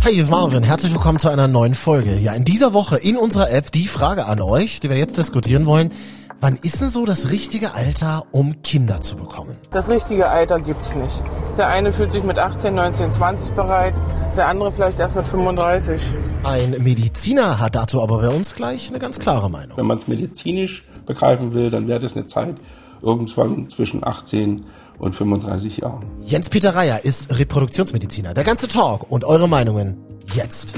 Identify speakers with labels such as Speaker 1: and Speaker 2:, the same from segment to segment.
Speaker 1: Hi, hier ist Marvin. Herzlich willkommen zu einer neuen Folge. Ja, in dieser Woche in unserer App die Frage an euch, die wir jetzt diskutieren wollen. Wann ist denn so das richtige Alter, um Kinder zu bekommen?
Speaker 2: Das richtige Alter gibt's nicht. Der eine fühlt sich mit 18, 19, 20 bereit, der andere vielleicht erst mit 35.
Speaker 1: Ein Mediziner hat dazu aber bei uns gleich eine ganz klare Meinung.
Speaker 3: Wenn man es medizinisch begreifen will, dann wäre das eine Zeit irgendwann zwischen 18 und 35 Jahren.
Speaker 1: Jens-Peter Reyer ist Reproduktionsmediziner. Der ganze Talk und eure Meinungen jetzt.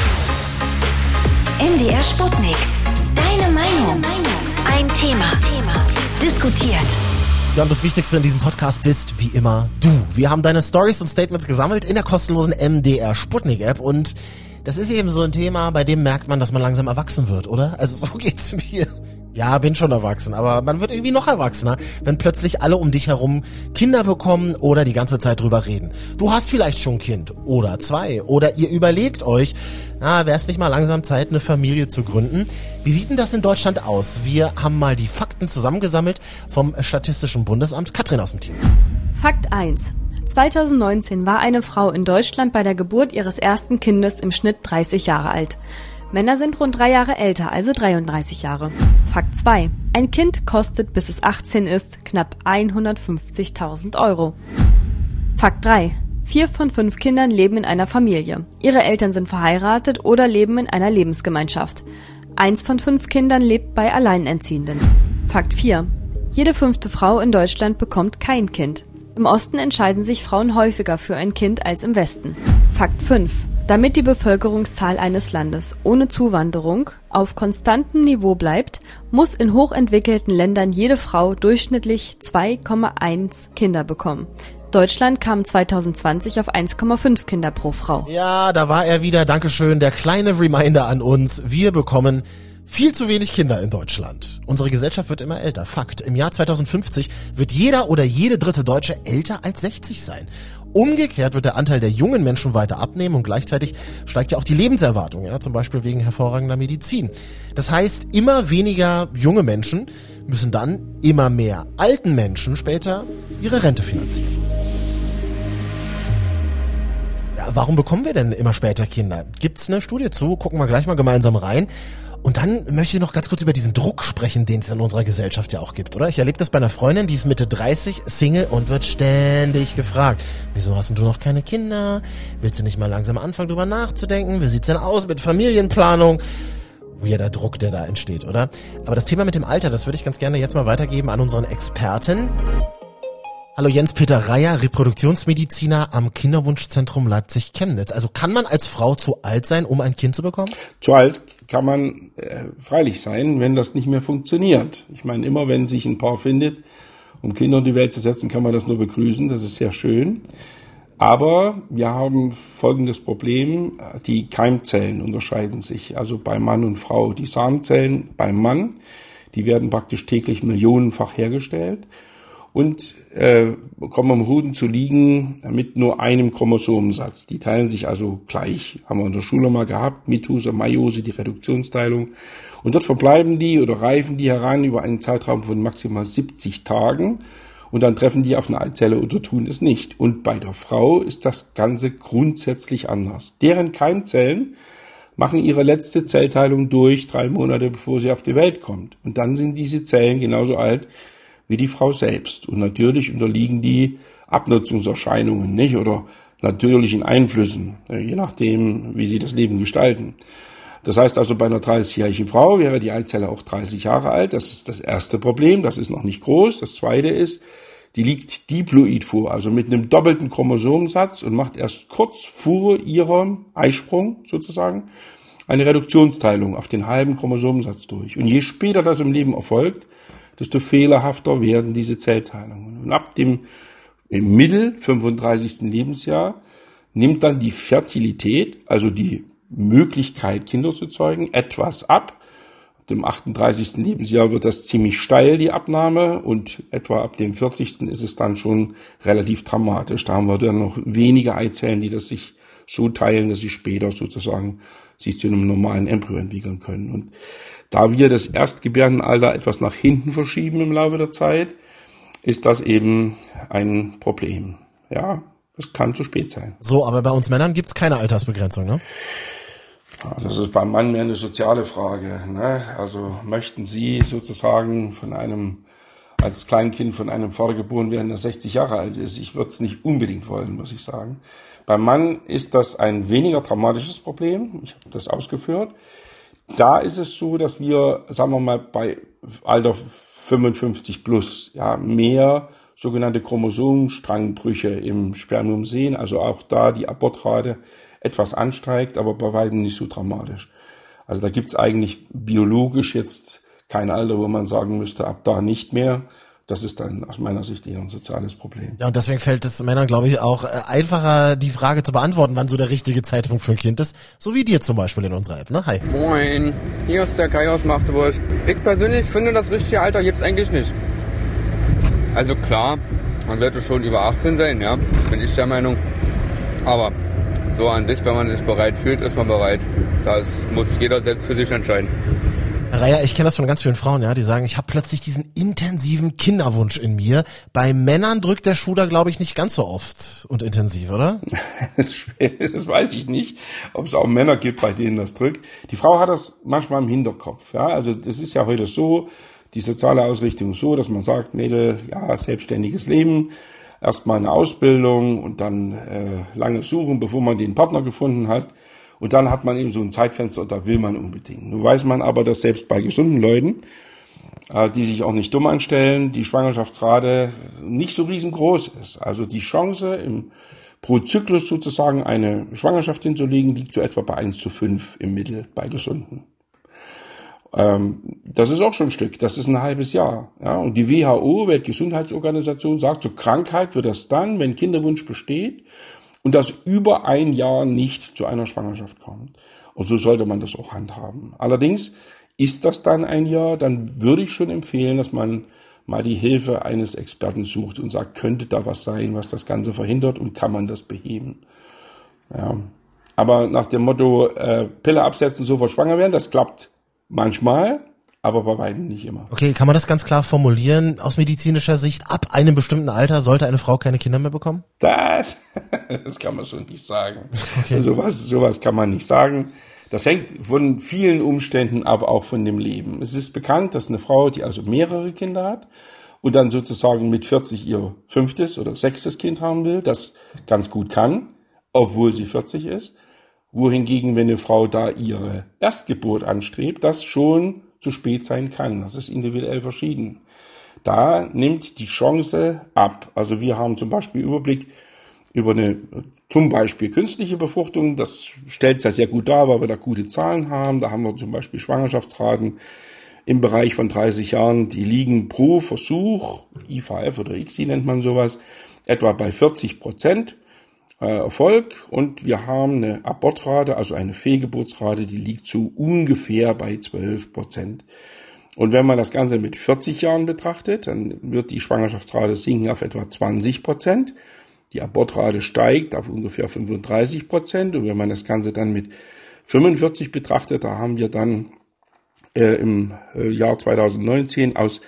Speaker 4: MDR Sputnik. Deine Meinung. Ein Thema. Diskutiert.
Speaker 1: Ja, und das Wichtigste in diesem Podcast bist, wie immer, du. Wir haben deine Stories und Statements gesammelt in der kostenlosen MDR Sputnik App und das ist eben so ein Thema, bei dem merkt man, dass man langsam erwachsen wird, oder? Also so geht's mir. Ja, bin schon erwachsen, aber man wird irgendwie noch erwachsener, wenn plötzlich alle um dich herum Kinder bekommen oder die ganze Zeit drüber reden. Du hast vielleicht schon ein Kind oder zwei oder ihr überlegt euch, wäre es nicht mal langsam Zeit, eine Familie zu gründen? Wie sieht denn das in Deutschland aus? Wir haben mal die Fakten zusammengesammelt vom Statistischen Bundesamt. Katrin aus dem Team.
Speaker 5: Fakt 1. 2019 war eine Frau in Deutschland bei der Geburt ihres ersten Kindes im Schnitt 30 Jahre alt. Männer sind rund 3 Jahre älter, also 33 Jahre. Fakt 2. Ein Kind kostet, bis es 18 ist, knapp 150.000 Euro. Fakt 3. 4 von 5 Kindern leben in einer Familie. Ihre Eltern sind verheiratet oder leben in einer Lebensgemeinschaft. 1 von 5 Kindern lebt bei Alleinerziehenden. Fakt 4. Jede 5. Frau in Deutschland bekommt kein Kind. Im Osten entscheiden sich Frauen häufiger für ein Kind als im Westen. Fakt 5. Damit die Bevölkerungszahl eines Landes ohne Zuwanderung auf konstantem Niveau bleibt, muss in hochentwickelten Ländern jede Frau durchschnittlich 2,1 Kinder bekommen. Deutschland kam 2020 auf 1,5 Kinder pro Frau.
Speaker 1: Ja, da war er wieder. Dankeschön. Der kleine Reminder an uns. Wir bekommen viel zu wenig Kinder in Deutschland. Unsere Gesellschaft wird immer älter. Fakt. Im Jahr 2050 wird jeder oder jede dritte Deutsche älter als 60 sein. Umgekehrt wird der Anteil der jungen Menschen weiter abnehmen und gleichzeitig steigt ja auch die Lebenserwartung, ja, zum Beispiel wegen hervorragender Medizin. Das heißt, immer weniger junge Menschen müssen dann immer mehr alten Menschen später ihre Rente finanzieren. Ja, warum bekommen wir denn immer später Kinder? Gibt's eine Studie zu? Gucken wir gleich mal gemeinsam rein. Und dann möchte ich noch ganz kurz über diesen Druck sprechen, den es in unserer Gesellschaft ja auch gibt, oder? Ich erlebe das bei einer Freundin, die ist Mitte 30, Single und wird ständig gefragt, wieso hast du noch keine Kinder? Willst du nicht mal langsam anfangen, drüber nachzudenken? Wie sieht's denn aus mit Familienplanung? Weirder Druck, der da entsteht, oder? Aber das Thema mit dem Alter, das würde ich ganz gerne jetzt mal weitergeben an unseren Experten. Hallo Jens-Peter Reyer, Reproduktionsmediziner am Kinderwunschzentrum Leipzig-Chemnitz. Also kann man als Frau zu alt sein, um ein Kind zu bekommen?
Speaker 3: Zu alt kann man freilich sein, wenn das nicht mehr funktioniert. Ich meine, immer wenn sich ein Paar findet, um Kinder in die Welt zu setzen, kann man das nur begrüßen. Das ist sehr schön. Aber wir haben folgendes Problem. Die Keimzellen unterscheiden sich. Also bei Mann und Frau. Die Samenzellen beim Mann, die werden praktisch täglich millionenfach hergestellt. Und kommen am Hoden zu liegen mit nur einem Chromosomensatz. Die teilen sich also gleich. Haben wir in der Schule mal gehabt, Mitose, Meiose, die Reduktionsteilung. Und dort verbleiben die oder reifen die heran über einen Zeitraum von maximal 70 Tagen. Und dann treffen die auf eine Eizelle oder tun es nicht. Und bei der Frau ist das Ganze grundsätzlich anders. Deren Keimzellen machen ihre letzte Zellteilung durch 3 Monate, bevor sie auf die Welt kommt. Und dann sind diese Zellen genauso alt wie die Frau selbst. Und natürlich unterliegen die Abnutzungserscheinungen, nicht? Oder natürlichen Einflüssen, je nachdem, wie sie das Leben gestalten. Das heißt also, bei einer 30-jährigen Frau wäre die Eizelle auch 30 Jahre alt. Das ist das erste Problem. Das ist noch nicht groß. Das zweite ist, die liegt diploid vor, also mit einem doppelten Chromosomensatz und macht erst kurz vor ihrem Eisprung sozusagen eine Reduktionsteilung auf den halben Chromosomensatz durch. Und je später das im Leben erfolgt, desto fehlerhafter werden diese Zellteilungen. Und ab dem im Mittel 35. Lebensjahr nimmt dann die Fertilität, also die Möglichkeit, Kinder zu zeugen, etwas ab. Ab dem 38. Lebensjahr wird das ziemlich steil, die Abnahme, und etwa ab dem 40. ist es dann schon relativ dramatisch. Da haben wir dann noch wenige Eizellen, die das sich so teilen, dass sie später sozusagen sich zu einem normalen Embryo entwickeln können. Und da wir das Erstgebärdenalter etwas nach hinten verschieben im Laufe der Zeit, ist das eben ein Problem. Ja, Es kann zu spät sein.
Speaker 1: So, aber bei uns Männern gibt's keine Altersbegrenzung, ne?
Speaker 3: Ja, das ist beim Mann mehr eine soziale Frage, ne? Also möchten Sie sozusagen als Kleinkind von einem Vater geboren werden, der 60 Jahre alt ist? Ich würde es nicht unbedingt wollen, muss ich sagen. Beim Mann ist das ein weniger dramatisches Problem. Ich habe das ausgeführt. Da ist es so, dass wir, sagen wir mal, bei Alter 55 plus, ja, mehr sogenannte Chromosomenstrangbrüche im Spermium sehen. Also auch da die Abortrate etwas ansteigt, aber bei weitem nicht so dramatisch. Also da gibt's eigentlich biologisch jetzt kein Alter, wo man sagen müsste, ab da nicht mehr. Das ist dann aus meiner Sicht eher ein soziales Problem.
Speaker 1: Ja, und deswegen fällt es Männern, glaube ich, auch einfacher, die Frage zu beantworten, wann so der richtige Zeitpunkt für ein Kind ist. So wie dir zum Beispiel in unserer App, ne? Hi.
Speaker 6: Moin, hier ist der Kai aus Magdeburg. Ich persönlich finde, das richtige Alter gibt's eigentlich nicht. Also klar, man sollte schon über 18 sein, ja, bin ich der Meinung. Aber so an sich, wenn man sich bereit fühlt, ist man bereit. Das muss jeder selbst für sich entscheiden.
Speaker 1: Herr Reier, ich kenne das von ganz vielen Frauen, ja, die sagen, ich habe plötzlich diesen intensiven Kinderwunsch in mir. Bei Männern drückt der Schuh da, glaube ich, nicht ganz so oft und intensiv, oder?
Speaker 3: Das weiß ich nicht, ob es auch Männer gibt, bei denen das drückt. Die Frau hat das manchmal im Hinterkopf, ja. Also das ist ja heute so, die soziale Ausrichtung ist so, dass man sagt, Mädel, ja, selbstständiges Leben, erstmal eine Ausbildung und dann lange suchen, bevor man den Partner gefunden hat. Und dann hat man eben so ein Zeitfenster, da will man unbedingt. Nun weiß man aber, dass selbst bei gesunden Leuten, die sich auch nicht dumm anstellen, die Schwangerschaftsrate nicht so riesengroß ist. Also die Chance, pro Zyklus sozusagen eine Schwangerschaft hinzulegen, liegt so etwa bei 1:5 im Mittel bei Gesunden. Das ist auch schon ein Stück, das ist ein halbes Jahr. Ja? Und die WHO, Weltgesundheitsorganisation, sagt, zur Krankheit wird das dann, wenn Kinderwunsch besteht und das über ein Jahr nicht zu einer Schwangerschaft kommt. Und so sollte man das auch handhaben. Allerdings ist das dann ein Jahr, dann würde ich schon empfehlen, dass man mal die Hilfe eines Experten sucht und sagt, könnte da was sein, was das Ganze verhindert und kann man das beheben. Ja. Aber nach dem Motto, Pille absetzen, sofort schwanger werden, das klappt manchmal, aber bei weitem nicht immer.
Speaker 1: Okay, kann man das ganz klar formulieren? Aus medizinischer Sicht, ab einem bestimmten Alter sollte eine Frau keine Kinder mehr bekommen?
Speaker 3: Das kann man schon nicht sagen. Okay. Sowas kann man nicht sagen. Das hängt von vielen Umständen, aber auch von dem Leben. Es ist bekannt, dass eine Frau, die also mehrere Kinder hat und dann sozusagen mit 40 ihr 5. oder 6. Kind haben will, das ganz gut kann, obwohl sie 40 ist. Wohingegen, wenn eine Frau da ihre Erstgeburt anstrebt, das schon zu spät sein kann. Das ist individuell verschieden. Da nimmt die Chance ab. Also wir haben zum Beispiel Überblick über zum Beispiel künstliche Befruchtung. Das stellt es ja sehr gut dar, weil wir da gute Zahlen haben. Da haben wir zum Beispiel Schwangerschaftsraten im Bereich von 30 Jahren, die liegen pro Versuch, IVF oder ICSI nennt man sowas, etwa bei 40% Erfolg. Und wir haben eine Abortrate, also eine Fehlgeburtsrate, die liegt so ungefähr bei 12%. Und wenn man das Ganze mit 40 Jahren betrachtet, dann wird die Schwangerschaftsrate sinken auf etwa 20%. Die Abortrate steigt auf ungefähr 35%. Und wenn man das Ganze dann mit 45 betrachtet, da haben wir dann im Jahr 2019 aus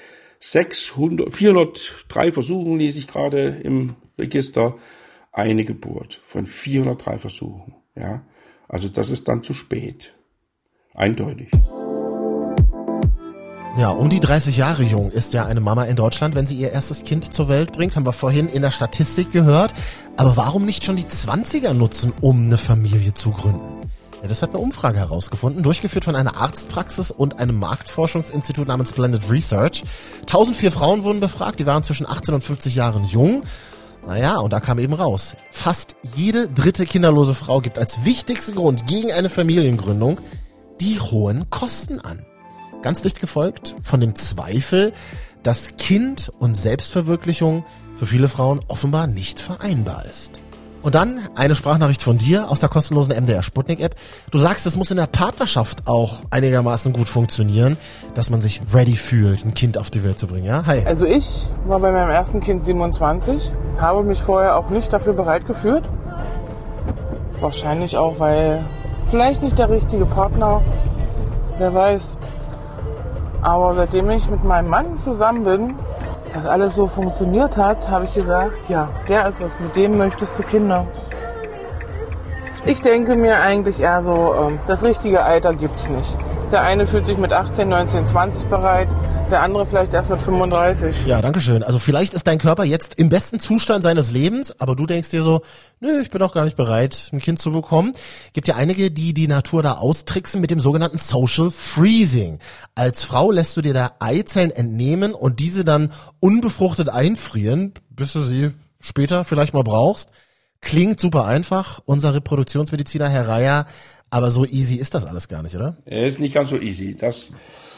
Speaker 3: 403 Versuchen, lese ich gerade im Register, eine Geburt von 403 Versuchen. Ja, also das ist dann zu spät. Eindeutig.
Speaker 1: Ja, um die 30 Jahre jung ist ja eine Mama in Deutschland, wenn sie ihr erstes Kind zur Welt bringt, haben wir vorhin in der Statistik gehört. Aber warum nicht schon die 20er nutzen, um eine Familie zu gründen? Ja, das hat eine Umfrage herausgefunden, durchgeführt von einer Arztpraxis und einem Marktforschungsinstitut namens Blended Research. 1004 Frauen wurden befragt, die waren zwischen 18 und 50 Jahren jung. Naja, und da kam eben raus, fast jede dritte kinderlose Frau gibt als wichtigsten Grund gegen eine Familiengründung die hohen Kosten an. Ganz dicht gefolgt von dem Zweifel, dass Kind und Selbstverwirklichung für viele Frauen offenbar nicht vereinbar ist. Und dann eine Sprachnachricht von dir aus der kostenlosen MDR Sputnik App. Du sagst, es muss in der Partnerschaft auch einigermaßen gut funktionieren, dass man sich ready fühlt, ein Kind auf die Welt zu bringen, ja? Hi.
Speaker 2: Also ich war bei meinem ersten Kind 27, habe mich vorher auch nicht dafür bereit gefühlt. Wahrscheinlich auch, weil vielleicht nicht der richtige Partner, wer weiß. Aber seitdem ich mit meinem Mann zusammen bin, das alles so funktioniert hat, habe ich gesagt, ja, der ist es, mit dem möchtest du Kinder. Ich denke mir eigentlich eher so, das richtige Alter gibt's nicht. Der eine fühlt sich mit 18, 19, 20 bereit, der andere vielleicht erst mit 35.
Speaker 1: Ja, danke schön. Also vielleicht ist dein Körper jetzt im besten Zustand seines Lebens, aber du denkst dir so, nö, ich bin auch gar nicht bereit, ein Kind zu bekommen. Gibt ja einige, die die Natur da austricksen mit dem sogenannten Social Freezing. Als Frau lässt du dir da Eizellen entnehmen und diese dann unbefruchtet einfrieren, bis du sie später vielleicht mal brauchst. Klingt super einfach, unser Reproduktionsmediziner Herr Reier, aber so easy ist das alles gar nicht, oder?
Speaker 3: Ist nicht ganz so easy. Das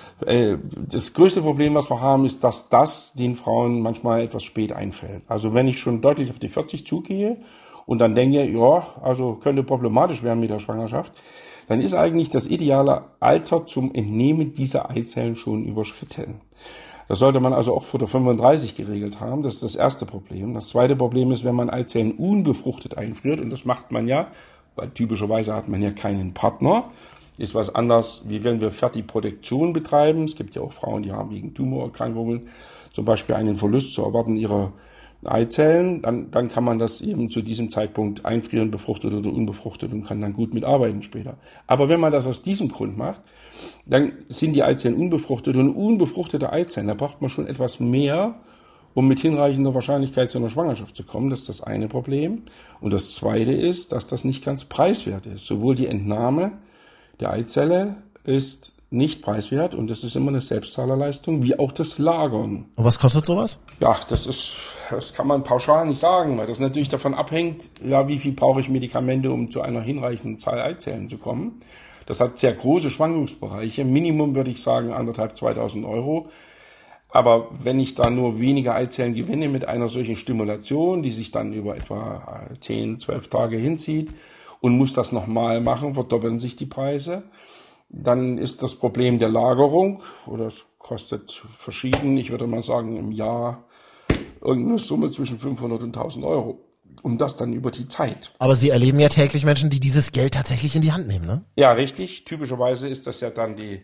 Speaker 3: größte Problem, was wir haben, ist, dass das den Frauen manchmal etwas spät einfällt. Also wenn ich schon deutlich auf die 40 zugehe und dann denke, ja, also könnte problematisch werden mit der Schwangerschaft, dann ist eigentlich das ideale Alter zum Entnehmen dieser Eizellen schon überschritten. Das sollte man also auch vor der 35 geregelt haben. Das ist das erste Problem. Das zweite Problem ist, wenn man Eizellen unbefruchtet einfriert, und das macht man ja, weil typischerweise hat man ja keinen Partner, ist was anderes, wie wenn wir Fertilprotektion betreiben. Es gibt ja auch Frauen, die haben wegen Tumorerkrankungen zum Beispiel einen Verlust zu erwarten ihrer Eizellen. Dann kann man das eben zu diesem Zeitpunkt einfrieren, befruchtet oder unbefruchtet, und kann dann gut mitarbeiten später. Aber wenn man das aus diesem Grund macht, dann sind die Eizellen unbefruchtet, und unbefruchtete Eizellen, da braucht man schon etwas mehr, um mit hinreichender Wahrscheinlichkeit zu einer Schwangerschaft zu kommen. Das ist das eine Problem. Und das zweite ist, dass das nicht ganz preiswert ist. Sowohl die Entnahme der Eizelle ist nicht preiswert, und das ist immer eine Selbstzahlerleistung, wie auch das Lagern.
Speaker 1: Und was kostet sowas?
Speaker 3: Ja, das kann man pauschal nicht sagen, weil das natürlich davon abhängt, ja, wie viel brauche ich Medikamente, um zu einer hinreichenden Zahl Eizellen zu kommen. Das hat sehr große Schwankungsbereiche. Minimum würde ich sagen 1.500–2.000 Euro. Aber wenn ich da nur weniger Eizellen gewinne mit einer solchen Stimulation, die sich dann über etwa 10–12 Tage hinzieht, und muss das nochmal machen, verdoppeln sich die Preise. Dann ist das Problem der Lagerung, oder es kostet verschieden, ich würde mal sagen im Jahr irgendeine Summe zwischen 500 und 1.000 Euro. Und das dann über die Zeit.
Speaker 1: Aber Sie erleben ja täglich Menschen, die dieses Geld tatsächlich in die Hand nehmen, ne?
Speaker 3: Ja, richtig. Typischerweise ist das ja dann die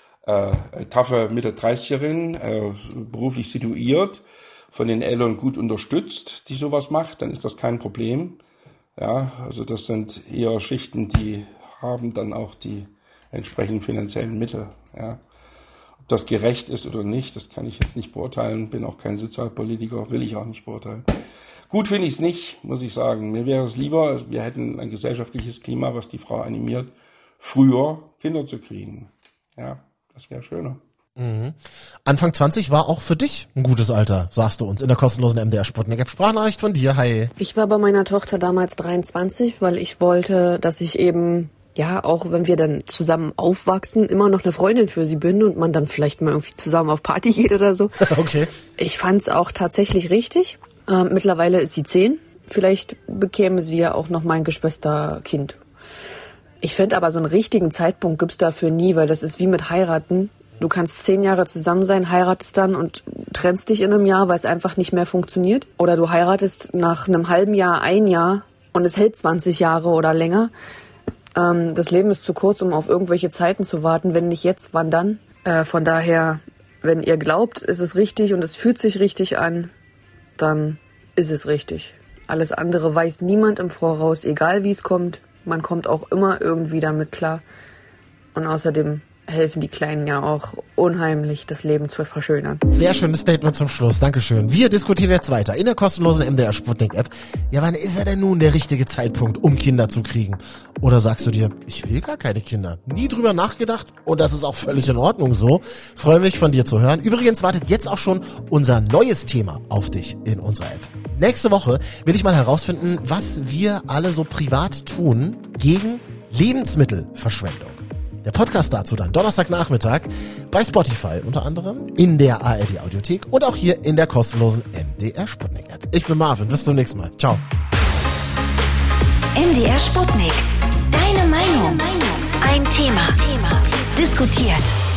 Speaker 3: taffe Mitte-30erin, beruflich situiert, von den Eltern gut unterstützt, die sowas macht, dann ist das kein Problem. Ja, also das sind eher Schichten, die haben dann auch die entsprechenden finanziellen Mittel. Ja. Ob das gerecht ist oder nicht, das kann ich jetzt nicht beurteilen, bin auch kein Sozialpolitiker, will ich auch nicht beurteilen. Gut finde ich es nicht, muss ich sagen. Mir wäre es lieber, wir hätten ein gesellschaftliches Klima, was die Frau animiert, früher Kinder zu kriegen. Ja, das wäre schöner.
Speaker 1: Mhm. Anfang 20 war auch für dich ein gutes Alter, sagst du uns in der kostenlosen MDR Sputnik Sprachnachricht von dir. Hi.
Speaker 7: Ich war bei meiner Tochter damals 23, weil ich wollte, dass ich eben, ja, auch wenn wir dann zusammen aufwachsen, immer noch eine Freundin für sie bin und man dann vielleicht mal irgendwie zusammen auf Party geht oder so.
Speaker 1: Okay.
Speaker 7: Ich fand's auch tatsächlich richtig. Mittlerweile ist sie 10. Vielleicht bekäme sie ja auch noch mein Geschwisterkind. Ich finde aber, so einen richtigen Zeitpunkt gibt's dafür nie, weil das ist wie mit heiraten. Du kannst 10 Jahre zusammen sein, heiratest dann und trennst dich in einem Jahr, weil es einfach nicht mehr funktioniert. Oder du heiratest nach einem halben Jahr, 1 Jahr und es hält 20 Jahre oder länger. Das Leben ist zu kurz, um auf irgendwelche Zeiten zu warten. Wenn nicht jetzt, wann dann? Von daher, wenn ihr glaubt, ist es richtig und es fühlt sich richtig an, dann ist es richtig. Alles andere weiß niemand im Voraus, egal wie es kommt. Man kommt auch immer irgendwie damit klar. Und außerdem helfen die Kleinen ja auch unheimlich, das Leben zu verschönern.
Speaker 1: Sehr schönes Statement zum Schluss, Dankeschön. Wir diskutieren jetzt weiter in der kostenlosen MDR Sputnik App. Ja, wann ist er denn nun der richtige Zeitpunkt, um Kinder zu kriegen? Oder sagst du dir, ich will gar keine Kinder? Nie drüber nachgedacht und das ist auch völlig in Ordnung so. Freue mich von dir zu hören. Übrigens wartet jetzt auch schon unser neues Thema auf dich in unserer App. Nächste Woche will ich mal herausfinden, was wir alle so privat tun gegen Lebensmittelverschwendung. Der Podcast dazu dann Donnerstagnachmittag bei Spotify unter anderem, in der ARD Audiothek und auch hier in der kostenlosen MDR Sputnik App. Ich bin Marvin, bis zum nächsten Mal. Ciao.
Speaker 4: MDR Sputnik. Deine Meinung. Ein Thema. Diskutiert.